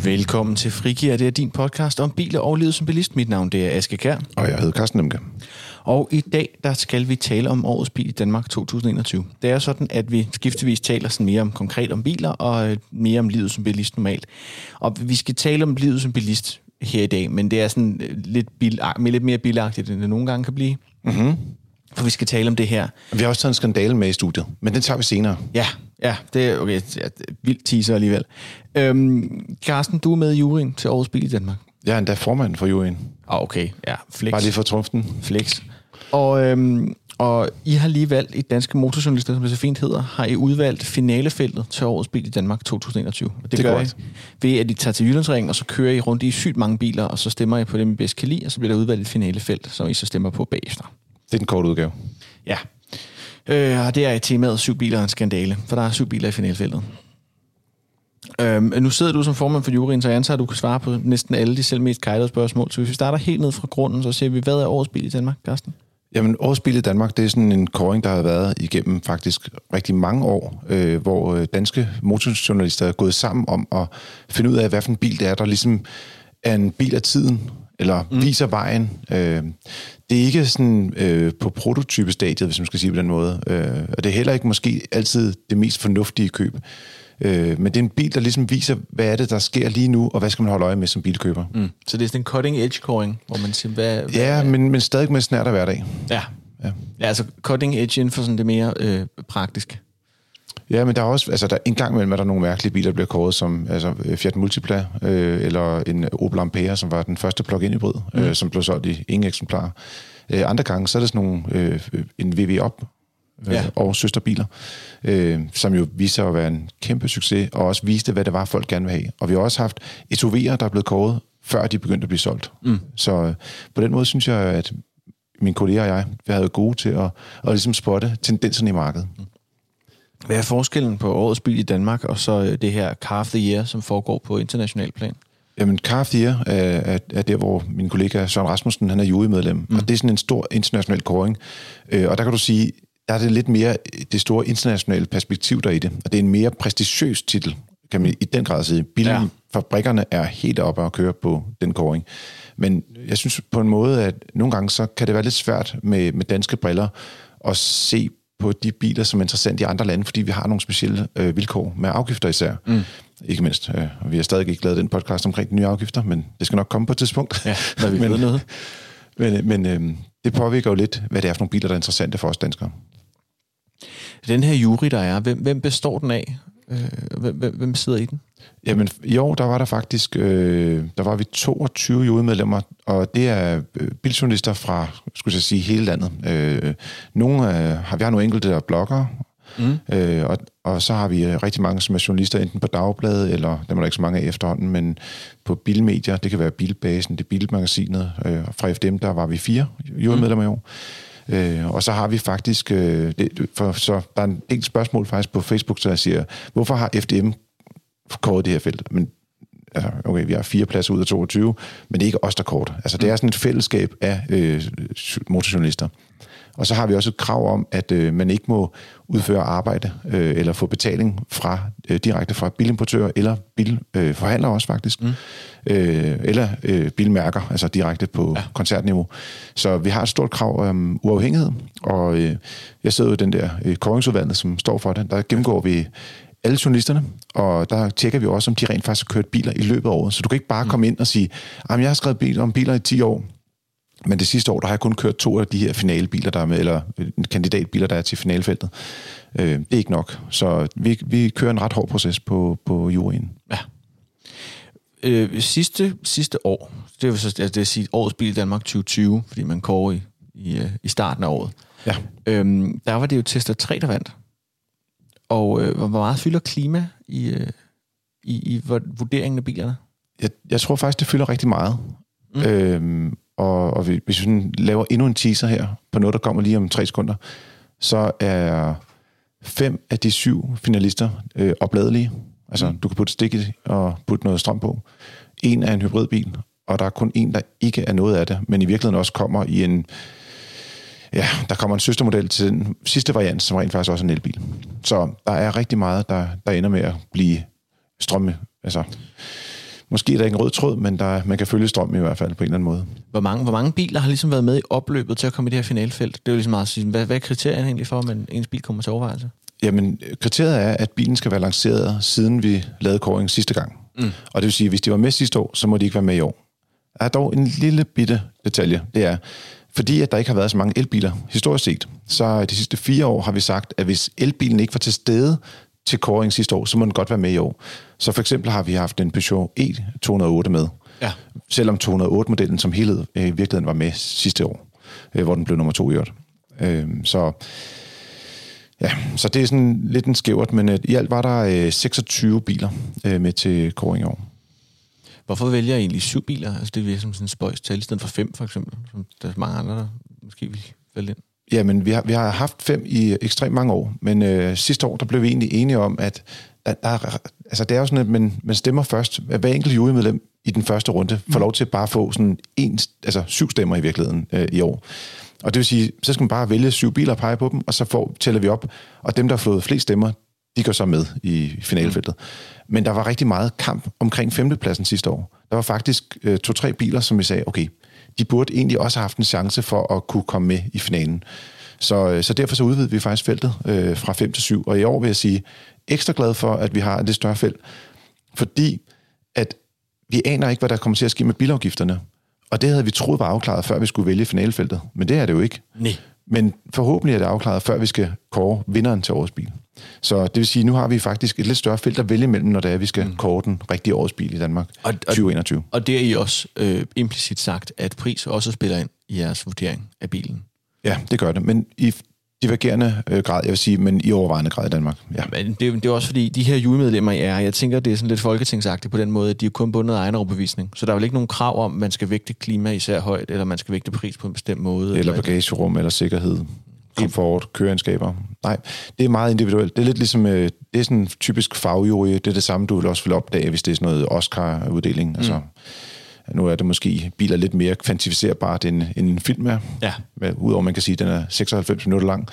Velkommen til Frigir. Det er din podcast om biler og livet som bilist. Mit navn det er Aske Kjær. Og jeg hedder Carsten Lemke. Og i dag der skal vi tale om årets bil i Danmark 2021. Det er sådan, at vi skiftevis taler sådan mere om konkret om biler og mere om livet som bilist normalt. Og vi skal tale om livet som bilist her i dag, men det er sådan lidt mere bilagtigt, end det nogle gange kan blive. Mm-hmm. For vi skal tale om det her. Vi har også taget en skandale med i studiet, men den tager vi senere. Ja, det er okay. Vildt teaser alligevel. Carsten, du er med i juryen til årets bil i Danmark. Jeg er endda formand for juryen. Okay, ja, flex. Bare lige for trumfen. Flex. Og I har lige valgt, i Danske Motorjournalister, som det så fint hedder, har I udvalgt finalefeltet til årets bil i Danmark 2021. Og det gør I ved, at I tager til Jyllandsringen, og så kører I rundt i sygt mange biler, og så stemmer I på dem, I bedst kan lide, og så bliver der udvalgt et finalefelt, som I så stemmer på bagefter. Det er den korte udgave. Ja. Og det er i temaet 7 biler og en skandale, for der er 7 biler i finalefeltet. Nu sidder du som formand for juryen, så jeg antager, at du kan svare på næsten alle de selv mest kejlede spørgsmål. Så hvis vi starter helt ned fra grunden, så ser vi, hvad er årets bil i Danmark, Carsten? Jamen, årets bil i Danmark, det er sådan en kåring, der har været igennem faktisk rigtig mange år, hvor danske motorjournalister er gået sammen om at finde ud af, hvad for en bil det er, der ligesom er en bil af tiden, eller viser vejen. Det er ikke sådan på prototypestadiet, hvis man skal sige på den måde. Og det er heller ikke måske altid det mest fornuftige køb. Men det er en bil, der ligesom viser, hvad er det, der sker lige nu, og hvad skal man holde øje med som bilkøber. Så det er sådan en cutting edge scoring, hvor man siger, hvad men stadig med snært af hverdag. Ja, altså cutting edge inden for sådan det mere praktisk. Ja, men der er også, altså der en gang imellem er der nogle mærkelige biler, der bliver kåret som Fiat Multipla, eller en Opel Ampera, som var den første plug-in hybrid, som blev solgt i ingen eksemplarer. Andre gange, så er det sådan nogle, en VW Up, og søsterbiler, som jo viser at være en kæmpe succes, og også viste, hvad det var, folk gerne vil have. Og vi har også haft SUV'er, der er blevet kåret, før de begyndte at blive solgt. Så på den måde synes jeg, at mine kolleger og jeg, vi havde gode til at ligesom spotte tendenserne i markedet. Hvad er forskellen på årets bil i Danmark, og så det her Car of the Year, som foregår på international plan? Jamen, Car of the Year er der, hvor min kollega Søren Rasmussen, han er jurymedlem, og det er sådan en stor international kåring. Og der kan du sige, der er det lidt mere det store internationale perspektiv der i det, og det er en mere prestigiøs titel, kan man i den grad sige. Bilfabrikkerne er helt oppe at køre på den kåring. Men jeg synes på en måde, at nogle gange så kan det være lidt svært med danske briller at se på de biler, som er interessant i andre lande, fordi vi har nogle specielle vilkår med afgifter især. Ikke mindst. Vi har stadig ikke lavet den podcast omkring de nye afgifter, men det skal nok komme på et tidspunkt. Ja, når vi ved noget. Men det påvirker jo lidt, hvad det er for nogle biler, der er interessante for os danskere. Den her jury, der er, hvem består den af? Hvem sidder i den? Jamen, i år, der var der faktisk, der var vi 22 jurymedlemmer, og det er biljournalister fra, skulle jeg sige, hele landet. Vi har nogle enkelte, der er bloggere, og så har vi rigtig mange, som er journalister, enten på Dagbladet, eller dem er der ikke så mange af efterhånden, men på bilmedier, det kan være Bilbasen, det er Bilmagasinet, fra FDM, der var vi 4 jurymedlemmer i år. Og så har vi faktisk, så der er en del spørgsmål faktisk på Facebook, så jeg siger, hvorfor har FDM kåret det her felt? Men altså, okay, vi har 4 pladser ud af 22, men det er ikke os, der kåret. Altså, det er sådan et fællesskab af motorjournalister. Og så har vi også et krav om, at man ikke må udføre arbejde eller få betaling direkte fra bilimportører eller bilforhandlere også faktisk, eller bilmærker, altså direkte på koncertniveau. Så vi har et stort krav om uafhængighed, og jeg sidder jo i den der kåringsudvalget, som står for det. Der gennemgår vi alle journalisterne, og der tjekker vi også, om de rent faktisk har kørt biler i løbet af året. Så du kan ikke bare komme ind og sige, jeg har skrevet om biler i 10 år, men det sidste år, der har jeg kun kørt 2 af de her finalebiler, der er med, eller kandidatbiler, der er til finalefeltet. Det er ikke nok. Så vi kører en ret hård proces på juryen. Ja. Sidste år, det vil så sige årets bil i Danmark 2020, fordi man kårer i starten af året. Ja. Der var det jo Tesla 3, der vandt. Og hvor meget fylder klima i vurderingen af bilerne? Jeg tror faktisk, det fylder rigtig meget. Og hvis vi sådan laver endnu en teaser her på noget, der kommer lige om 3 sekunder, så er 5 af de 7 finalister opladelige. Altså, du kan putte stik i og putte noget strøm på. En er en hybridbil, og der er kun en, der ikke er noget af det, men i virkeligheden også kommer i en... Ja, der kommer en søstermodel til den sidste variant, som rent faktisk også er en elbil. Så der er rigtig meget, der ender med at blive strømme, altså Måske er der ikke en rød tråd, men man kan følge strøm i hvert fald på en eller anden måde. Hvor mange biler har ligesom været med i opløbet til at komme i det her finalefelt? Det er jo ligesom meget at sige, hvad er kriterierne egentlig for, at ens bil kommer til overvejelse? Jamen, kriteriet er, at bilen skal være lanceret, siden vi lavede kåringen sidste gang. Og det vil sige, at hvis de var med sidste år, så må de ikke være med i år. Der er dog en lille bitte detalje. Det er, fordi at der ikke har været så mange elbiler historisk set, så de sidste 4 år har vi sagt, at hvis elbilen ikke var til stede til kåringen sidste år, så må den godt være med i år. Så for eksempel har vi haft en Peugeot E208 med. Ja. Selvom 208-modellen som helhed i virkeligheden var med sidste år, hvor den blev nummer 2 i øvrigt. Så det er sådan lidt en skævert, men i alt var der 26 biler med til kåring i år. Hvorfor vælger jeg egentlig 7 biler? Altså det virker som sådan en spøjs tal, i stedet for 5 for eksempel, som der er mange andre, der måske vil vælge ind. Jamen, vi har haft 5 i ekstremt mange år, men sidste år, der blev vi egentlig enige om, at det er jo sådan, at man stemmer først. Hver enkelt jurymedlem i den første runde får lov til at bare få sådan 7 stemmer i virkeligheden i år. Og det vil sige, så skal man bare vælge 7 biler og pege på dem, og så tæller vi op. Og dem, der har fået flest stemmer, de går så med i finalefeltet. Men der var rigtig meget kamp omkring 5. pladsen sidste år. Der var faktisk 2-3 biler, som vi sagde, okay, de burde egentlig også have haft en chance for at kunne komme med i finalen. Så derfor så udvidede vi faktisk feltet fra 5 til 7. Og i år vil jeg sige, ekstra glad for, at vi har det større felt. Fordi at vi aner ikke, hvad der kommer til at ske med bilafgifterne. Og det havde vi troet var afklaret, før vi skulle vælge finalefeltet. Men det er det jo ikke. Nej. Men forhåbentlig er det afklaret, før vi skal kåre vinderen til årets bil. Så det vil sige, nu har vi faktisk et lidt større felt at vælge mellem, når det er, vi skal kåre den rigtige årets bil i Danmark 2021. Og det er I også implicit sagt, at pris også spiller ind i jeres vurdering af bilen. Ja, det gør det. Men i divergerende grad, jeg vil sige, men i overvejende grad i Danmark. Ja. Men det er også fordi, de her jurymedlemmer jeg tænker, det er sådan lidt folketingsagtigt på den måde, at de er kun bundet af egen overbevisning. Så der er vel ikke nogen krav om, at man skal vægte klima især højt, eller man skal vægte pris på en bestemt måde. Eller bagagerum, eller sikkerhed, komfort, køreegenskaber. Nej, det er meget individuelt. Det er lidt ligesom, det er sådan en typisk fagjury. Det er det samme, du vil også vil opdage, hvis det er sådan noget Oscar-uddeling. Altså, nu er det måske biler lidt mere kvantificerbart, end en film er. Ja. Udover man kan sige, at den er 96 minutter lang.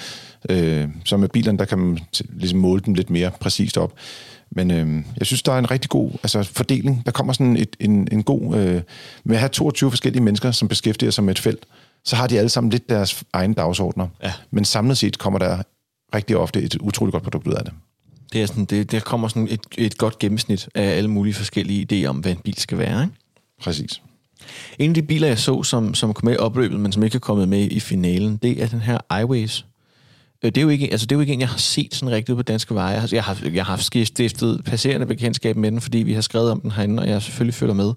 Så med bilerne, der kan man ligesom måle dem lidt mere præcist op. Men jeg synes, der er en rigtig god fordeling. Der kommer sådan en god... med at have 22 forskellige mennesker, som beskæftiger sig med et felt, så har de alle sammen lidt deres egne dagsordner. Ja. Men samlet set kommer der rigtig ofte et utroligt godt produkt ud af det. Det er sådan, der kommer sådan et godt gennemsnit af alle mulige forskellige idéer om, hvad en bil skal være, ikke? Præcis. En af de biler, jeg så, som kom med i opløbet, men som ikke er kommet med i finalen, det er den her iWays. Det er jo ikke en, jeg har set sådan rigtig ud på danske veje. Jeg har haft stiftet passerende bekendtskab med den, fordi vi har skrevet om den herinde, og jeg selvfølgelig følger med.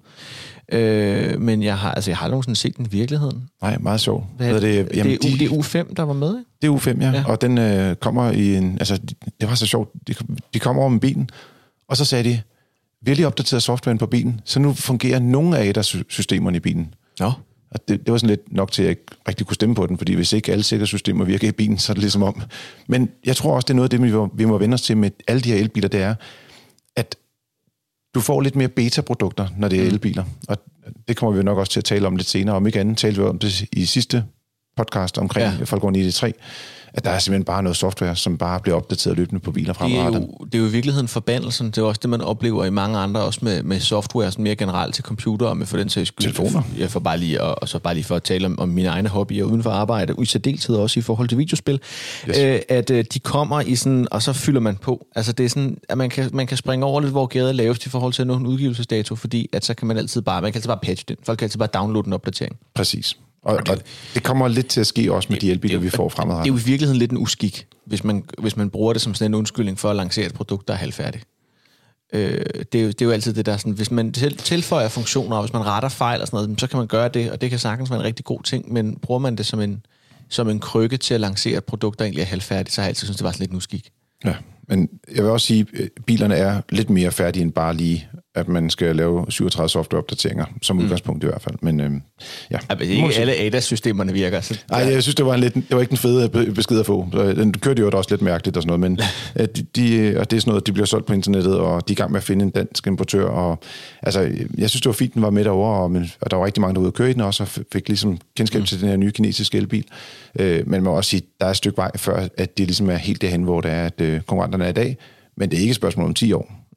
Men jeg har aldrig nogensinde set den i virkeligheden. Nej, meget sjovt. Det er U5, der var med, ikke? Det er U5, ja. Og den kommer i en... Altså, det var så sjovt. De kommer over med bilen, og så sagde de, vi har lige opdateret softwaren på bilen, så nu fungerer nogle af ADAS-systemerne i bilen. Ja. Og det var sådan lidt nok til, at jeg ikke rigtig kunne stemme på den, fordi hvis ikke alle sikkerhedssystemer virker i bilen, så er det ligesom om. Men jeg tror også, det er noget af det, vi må vende os til med alle de her elbiler, det er, at du får lidt mere beta-produkter, når det er elbiler. Og det kommer vi nok også til at tale om lidt senere. Om ikke andet talte vi om det i sidste podcast omkring Falcon ID3, at der er simpelthen bare noget software, som bare bliver opdateret løbende på biler fremadrettet. Det er jo i virkeligheden forbandelsen. Det er også det, man oplever i mange andre, også med software, sådan mere generelt til computer, og med for den sags skyld. Telefoner. Jeg får bare lige, og så bare lige for at tale om mine egne hobbyer uden for arbejde, og i særdeleshed også i forhold til videospil, at de kommer i sådan, og så fylder man på. Altså det er sådan, at man kan springe over lidt, hvor gæret er lavest i forhold til en udgivelsesdato, fordi at så kan man altid bare patche den. Folk kan altid bare downloade en opdatering. Præcis. Og det kommer lidt til at ske også med de elbiler, vi får fremadrettet. Det er jo i virkeligheden lidt en uskik, hvis man bruger det som sådan en undskyldning for at lancere et produkt, der er halvfærdigt. Det er jo altid det der sådan, hvis man tilføjer funktioner, og hvis man retter fejl og sådan noget, så kan man gøre det, og det kan sagtens være en rigtig god ting, men bruger man det som en krykke til at lancere et produkt, der egentlig er halvfærdigt, så har jeg altid synes, det var sådan lidt en uskik. Ja, men jeg vil også sige, at bilerne er lidt mere færdige end bare lige, at man skal lave 37 softwareopdateringer, som udgangspunkt i hvert fald. Men ikke alle ADAS-systemerne virker. Nej, jeg synes, det var ikke den fede besked at få. Så den kørte jo også lidt mærkeligt og sådan noget, men og det er sådan noget, de bliver solgt på internettet, og de er i gang med at finde en dansk importør. Og, altså, jeg synes, det var fint, den var med derovre, og der var rigtig mange, der var ude at køre i den også, og fik ligesom kendskab til den her nye kinesiske elbil. Men man må også sige, der er et stykke vej før, at det ligesom er helt derhen, hvor det er, at konkurrenterne er i dag. Men det er ikke et spørgsmål om 10 år.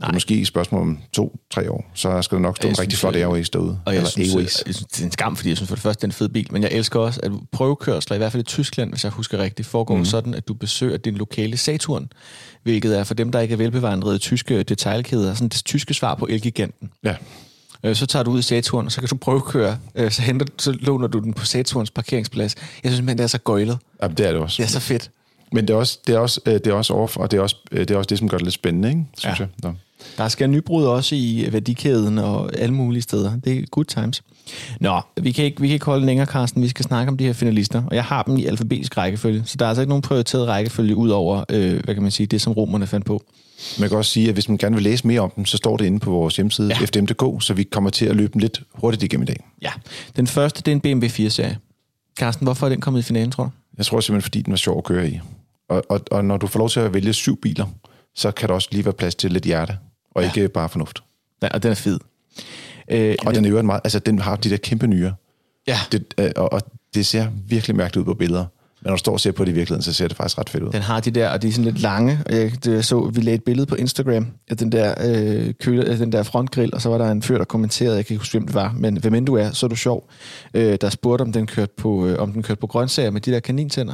Så måske i spørgsmål om 2-3 år, så skal der nok stå en rigtig flot Airways derude. Og jeg synes, det er en skam, fordi jeg synes for det første, det er en fed bil, men jeg elsker også, at prøvekørsler, i hvert fald i Tyskland, hvis jeg husker rigtigt, foregår sådan, at du besøger din lokale Saturn, hvilket er for dem, der ikke er velbevandrede tyske detailkæder, sådan det tyske svar på Elgiganten. Ja. Så tager du ud i Saturn, og så kan du prøvekøre, så låner du den på Saturns parkeringsplads. Jeg synes simpelthen, det er så gøjlet. Ja, det er det også. Det er så fedt. Men det er også off, og det er også det, som gør det lidt spændende, ikke? Synes jeg. Nå. Der skal nybrud også i værdikæden og alle mulige steder. Det er good times. Nå, vi kan ikke holde længere, Carsten. Vi skal snakke om de her finalister, og jeg har dem i alfabetisk rækkefølge, så der er altså ikke nogen prioriteret rækkefølge ud over, hvad kan man sige, det som romerne fandt på. Man kan også sige, at hvis man gerne vil læse mere om dem, så står det inde på vores hjemmeside, fdm.dk, så vi kommer til at løbe dem lidt hurtigt igennem i dag. Ja, den første, det er en BMW 4-serie. Carsten, hvorfor er den kommet i finalen, tror du? Jeg tror simpelthen, fordi den var sjov at køre i. Og når du får lov til at vælge 7 biler, så kan der også lige være plads til lidt hjerte, og ikke bare fornuft. Ja, og den er fed. Og den er jo meget, altså den har de der kæmpe nyere. Ja. Og det ser virkelig mærkeligt ud på billeder. Men når du står og ser på det i virkeligheden, så ser det faktisk ret fedt ud. Den har de der, og de er sådan lidt lange. Vi lagde et billede på Instagram af den der frontgrill, og så var der en fyr, der kommenterede, jeg kan ikke huske, hvem det var, men hvem end du er, så er du sjov. Der spurgte, om den kørte på grøntsager med de der kanintænder.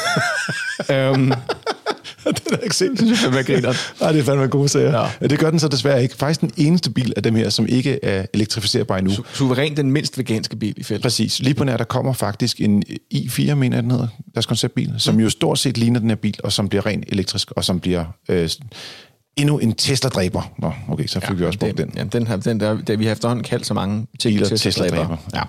Det har jeg ikke set. Det er fandme en god serie. Ja. Det gør den så desværre ikke. Faktisk den eneste bil af dem her, som ikke er elektrificerbar endnu. Suverænt den mindst veganske bil i feltet. Præcis. Lige på nær, der kommer faktisk en i4, mener jeg den hedder, deres konceptbil, som jo stort set ligner den her bil, og som bliver rent elektrisk, og som bliver endnu en Tesla-dræber. Nå, okay, så fik vi også brugt den. Jamen, den der, vi har efterhånden kaldt så mange ting Tesla-dræber. Ja.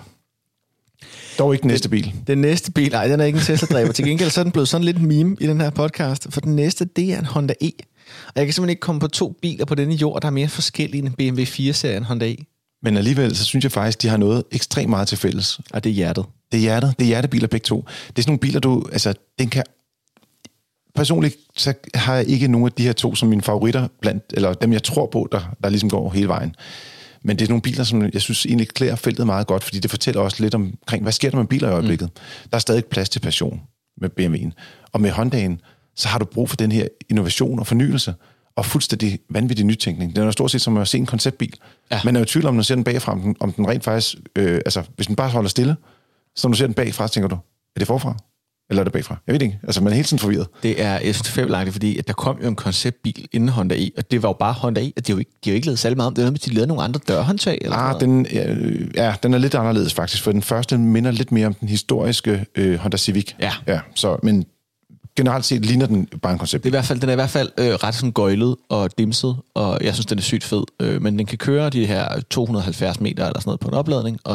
Dog ikke den næste bil. Den næste bil, nej, den er ikke en Tesla-dræber. Til gengæld så er den blevet sådan lidt en meme i den her podcast, for den næste, det er en Honda E. Og jeg kan simpelthen ikke komme på 2 biler på denne jord, der er mere forskellige end en BMW 4-serie end Honda E. Men alligevel, så synes jeg faktisk, de har noget ekstremt meget til fælles. Og det er hjertet. Det er hjertet. Det er hjertebiler begge to. Det er sådan nogle biler, den kan... Personligt, så har jeg ikke nogen af de her to som mine favoritter, eller dem jeg tror på, der ligesom går hele vejen. Men det er nogle biler, som jeg synes egentlig klæder feltet meget godt, fordi det fortæller også lidt omkring, hvad sker der med biler i øjeblikket. Der er stadig plads til passion med BMW'en. Og med Hondaen, så har du brug for den her innovation og fornyelse, og fuldstændig vanvittig nytænkning. Den er jo stort set som at se en konceptbil. Ja. Man er jo i tvivl om, når du ser den bagfra, om den rent faktisk... hvis den bare holder stille, så når du ser den bagfra, så tænker du, er det forfra? Eller er det bagfra? Jeg ved ikke. Altså, man er helt sådan forvirret. Det er fabelagtigt, fordi at der kom jo en konceptbil inden Honda E, og det var jo bare Honda E, og de har jo ikke lavet særlig meget om det. Det er noget med, de lavede nogle andre dørhåndtag. Eller den er lidt anderledes faktisk, for den første minder lidt mere om den historiske Honda Civic. Ja. Men generelt set ligner den bare en konceptbil. Den er i hvert fald ret sådan gøjlet og dimset, og jeg synes, den er sygt fed. Men den kan køre de her 270 meter eller sådan noget på en opladning, og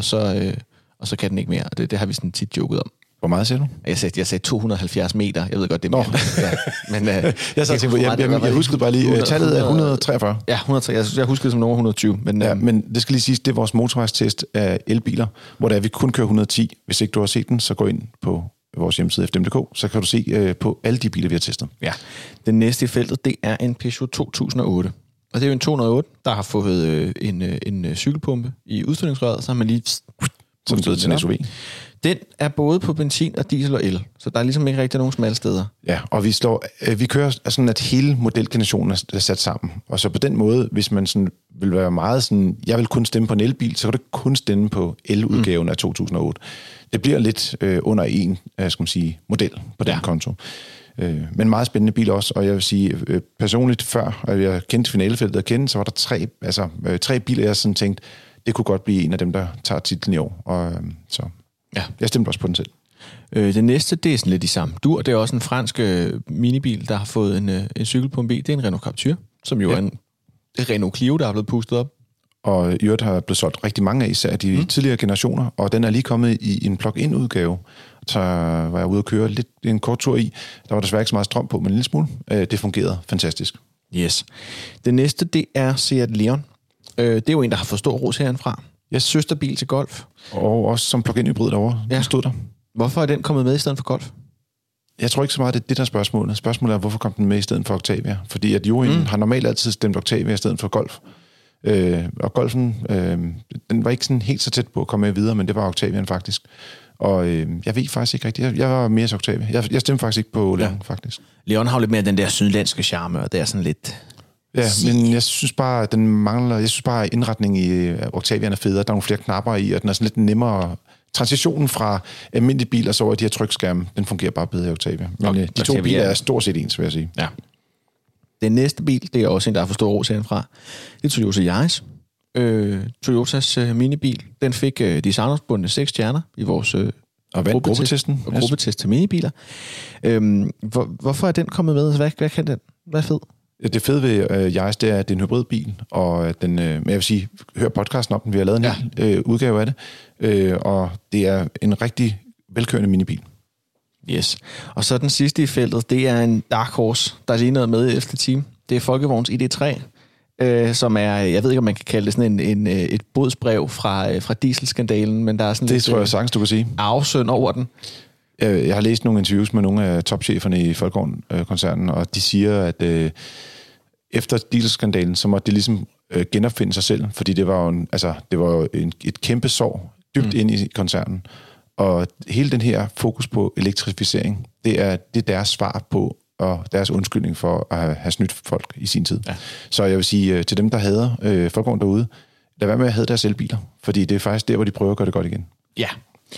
så kan den ikke mere. Det har vi sådan tit joket om. Hvor meget siger du? Jeg sagde 270 meter. Jeg ved godt, det er mere. Men, jeg huskede bare lige, tallet er 143. Ja, 143. Jeg huskede som nummer 120. Men det skal lige siges, det er vores motorvejstest af elbiler, hvor der vi kun kører 110. Hvis ikke du har set den, så gå ind på vores hjemmeside fdm.dk, så kan du se på alle de biler, vi har testet. Ja. Den næste i feltet, det er en Peugeot 2008. Og det er jo en 208, der har fået en cykelpumpe i udstødningsrøret, så har man lige... Som stod til en SUV. Den er både på benzin og diesel og el, så der er ligesom ikke rigtig nogen smalle steder. Ja, og vi kører sådan, at hele modelgenerationen er sat sammen. Og så på den måde, hvis man sådan vil være meget sådan, jeg vil kun stemme på en elbil, så kan du kun stemme på eludgaven af 2008. Det bliver lidt under en, skal man sige, model på den konto. Men meget spændende bil også, og jeg vil sige, personligt før, at jeg kendte finalefeltet så var der 3 biler, jeg sådan tænkte, det kunne godt blive en af dem, der tager titlen i år. Og så jeg stemte også på den selv. Den næste, det er sådan lidt i samme dur. Det er også en fransk minibil, der har fået en cykelpumpe i. Det er en Renault Captur, som jo er en Renault Clio, der er blevet pustet op. Og i øvrigt har blevet solgt rigtig mange af, især de tidligere generationer, og den er lige kommet i en plug-in udgave. Så var jeg ude at køre en kort tur i. Der var desværre ikke så meget strøm på, men en lille smule. Det fungerede fantastisk. Yes. Den næste, det er Seat Leon. Det er jo en, der har fået stor ros herindfra. Søsterbil til Golf. Og også som plug-in hybrid derovre. Ja. Stod der. Hvorfor er den kommet med i stedet for Golf? Jeg tror ikke så meget, det er det der spørgsmålet. Spørgsmålet er, hvorfor kom den med i stedet for Octavia? Fordi at Joen har normalt altid stemt Octavia i stedet for Golf. Og Golfen, den var ikke sådan helt så tæt på at komme med videre, men det var Octavian faktisk. Og jeg ved faktisk ikke rigtigt. Jeg var mere til Octavia. Jeg stemte faktisk ikke på Leon, faktisk. Leon har lidt mere den der sydlandske charme, og det er sådan lidt... Ja, men jeg synes bare, at den mangler. Jeg synes bare, at indretningen i Octavian er federe. Der er nogle flere knapper i, og den er sådan lidt nemmere. Transitionen fra almindelige biler så over de her trykskærme, den fungerer bare bedre i Octavia. Men de to biler er stort set ens, vil jeg sige. Ja. Den næste bil, det er også en, der har for stor ros herfra. Det er Toyota Yaris. Toyotas minibil. Den fik designersbundne 6 stjerner i vores gruppetest til minibiler. Hvorfor er den kommet med? Hvad kan den? Hvad er fed? Det fede ved Yaris, det er, at det er en hybridbil, og den, jeg vil sige, hør podcasten om den, vi har lavet en hel udgave af det, og det er en rigtig velkørende minibil. Yes. Og så den sidste i feltet, det er en Dark Horse, der er lige noget med i 11. time. Det er Folkevogns ID3, som er, jeg ved ikke, om man kan kalde det sådan et bodsbrev fra dieselskandalen, men der er sådan det lidt... tror jeg sagtens, du kan sige. ...arvesynd over den. Jeg har læst nogle interviews med nogle af topcheferne i Folkevogn-koncernen, og de siger, at efter dieselskandalen, så måtte de ligesom genopfinde sig selv, fordi det var jo et kæmpe sorg dybt ind i koncernen. Og hele den her fokus på elektrificering, det er deres svar på, og deres undskyldning for at have snydt folk i sin tid. Ja. Så jeg vil sige til dem, der hader Folkevogn derude, lad være med at hade deres elbiler, fordi det er faktisk der, hvor de prøver at gøre det godt igen. Ja.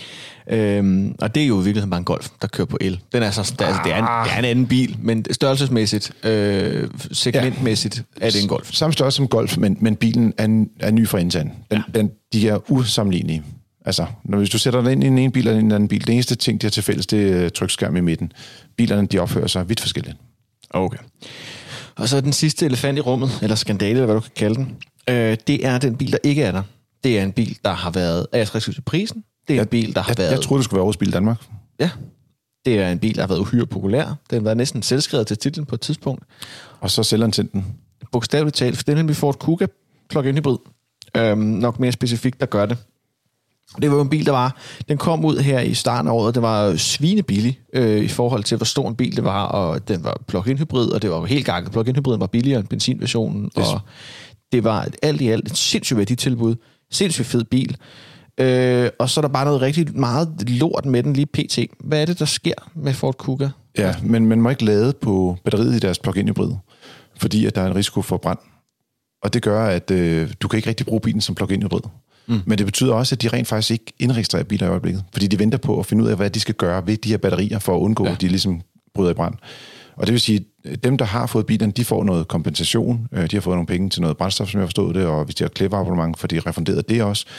Og det er jo i virkeligheden bare en Golf, der kører på el. Den er så, det er en anden bil, men størrelsesmæssigt, segmentmæssigt er det en Golf. Samme størrelse som Golf, men bilen er ny fra indtanden. De er usammenlignelige. Altså, hvis du sætter den ind i en bil eller en anden bil, det eneste ting, de har til fælles, det er trykskærm i midten. Bilerne, de opfører sig vidt forskelligt. Okay. Og så den sidste elefant i rummet, eller skandale, eller hvad du kan kalde den, det er den bil, der ikke er der. Det er en bil, der har været attraktiv til prisen. Det er en bil, der har været... Jeg troede, det skulle være Årets Bil Danmark. Ja. Det er en bil, der har været uhyre populær. Den har været næsten selvskrevet til titlen på et tidspunkt. Og så sælger den til den. Bogstaveligt talt, for den er en Ford Kuga plug-in hybrid. Nok mere specifikt, der gør det. Det var jo en bil, den kom ud her i starten af året, det var svinebillig i forhold til, hvor stor en bil det var, og den var plug-in hybrid, og det var helt gakket. Plug-in hybriden var billigere end benzinversionen, og det var alt i alt et sindssygt værditilbud, sindssygt fed bil. Og så er der bare noget rigtig meget lort med den lige pt. Hvad er det, der sker med Ford Kuga? Ja, men man må ikke lade på batteriet i deres plug-in hybrid, fordi at der er en risiko for brand. Og det gør, at du kan ikke rigtig bruge bilen som plug-in hybrid. Men det betyder også, at de rent faktisk ikke indregistrerer biler i øjeblikket, fordi de venter på at finde ud af, hvad de skal gøre ved de her batterier, for at undgå, at de ligesom bryder i brand. Og det vil sige, at dem, der har fået bilerne, de får noget kompensation. De har fået nogle penge til noget brændstof, som jeg har forstået det, og hvis de har Clever-abonnement, får de refunderet det også.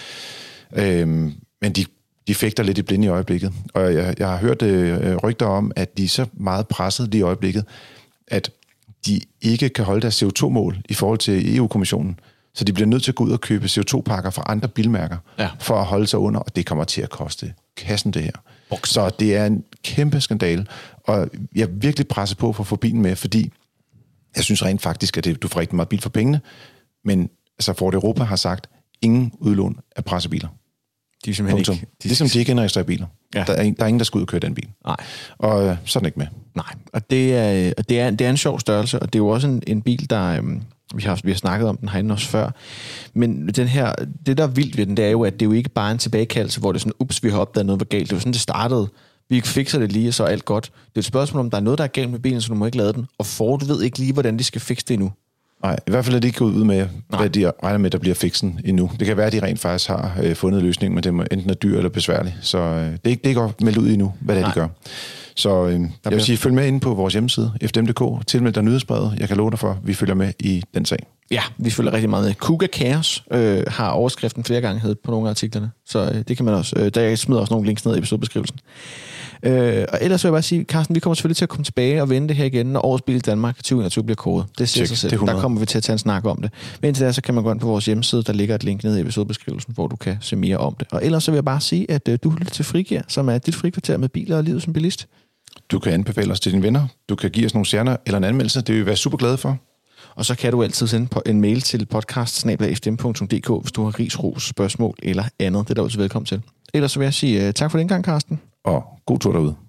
Men de fægter lidt i blinde i øjeblikket. Og jeg har hørt rygter om, at de er så meget presset lige i øjeblikket, at de ikke kan holde deres CO2-mål i forhold til EU-kommissionen. Så de bliver nødt til at gå ud og købe CO2-pakker fra andre bilmærker, for at holde sig under, og det kommer til at koste kassen det her. Så det er en kæmpe skandale, og jeg er virkelig presset på for at få bilen med, fordi jeg synes rent faktisk, at du får rigtig meget bil for pengene, men altså Ford Europa har sagt, ingen udlån af pressebiler. De er simpelthen ikke... Ligesom de ikke indregistrerer biler. Ja. Der er ingen, der skal ud og køre den bil. Nej. Og så er den ikke med. Nej, og det er en sjov størrelse, og det er jo også en bil, der... Vi har snakket om den herinde også før. Men det der er vildt ved den, det er jo, at det er jo ikke bare en tilbagekaldelse, hvor det er sådan, ups, vi har opdaget noget var galt. Det var sådan, det startede. Vi fikser det lige, og så er alt godt. Det er et spørgsmål, om der er noget, der er galt med bilen, så du må ikke lade den. Og Ford ved ikke lige, hvordan de skal fikse det endnu. Nej, i hvert fald er de ikke gået ud med, hvad de regner med, der bliver fiksen endnu. Det kan være, at de rent faktisk har fundet løsningen, men det må enten er dyr eller besværligt. Så det er ikke meldt ud endnu, hvad det er, de gør. Så jeg vil sige, følg med inde på vores hjemmeside, fdm.dk. Tilmeld dig nyhedsbrevet. Jeg kan love dig for, at vi følger med i den sag. Ja, vi følger rigtig meget med. Kuga Chaos har overskriften flere gange heddet på nogle af artiklerne. Så det kan man også. Der smider også nogle links ned i episodebeskrivelsen. Og ellers vil jeg bare sige, Carsten, vi kommer selvfølgelig til at komme tilbage og vende det her igen, når Årets Bil i Danmark 2021 bliver kåret. Det siger sig selv. Der kommer vi til at tage en snak om det. Men indtil da, så kan man gå ind på vores hjemmeside, der ligger et link ned i episodebeskrivelsen, hvor du kan se mere om det. Og ellers så vil jeg bare sige, at du lytter til Frigir, som er dit frikvarter med biler og livet som bilist. Du kan anbefale os til dine venner. Du kan give os nogle stjerner eller en anmeldelse. Det vil vi være super glade for. Og så kan du altid sende en mail til podcast@fdm.dk, hvis du har ris, ros, spørgsmål eller andet. Det er du også velkommen til. Ellers så vil jeg sige tak for den gang, Carsten. Og god tur derude.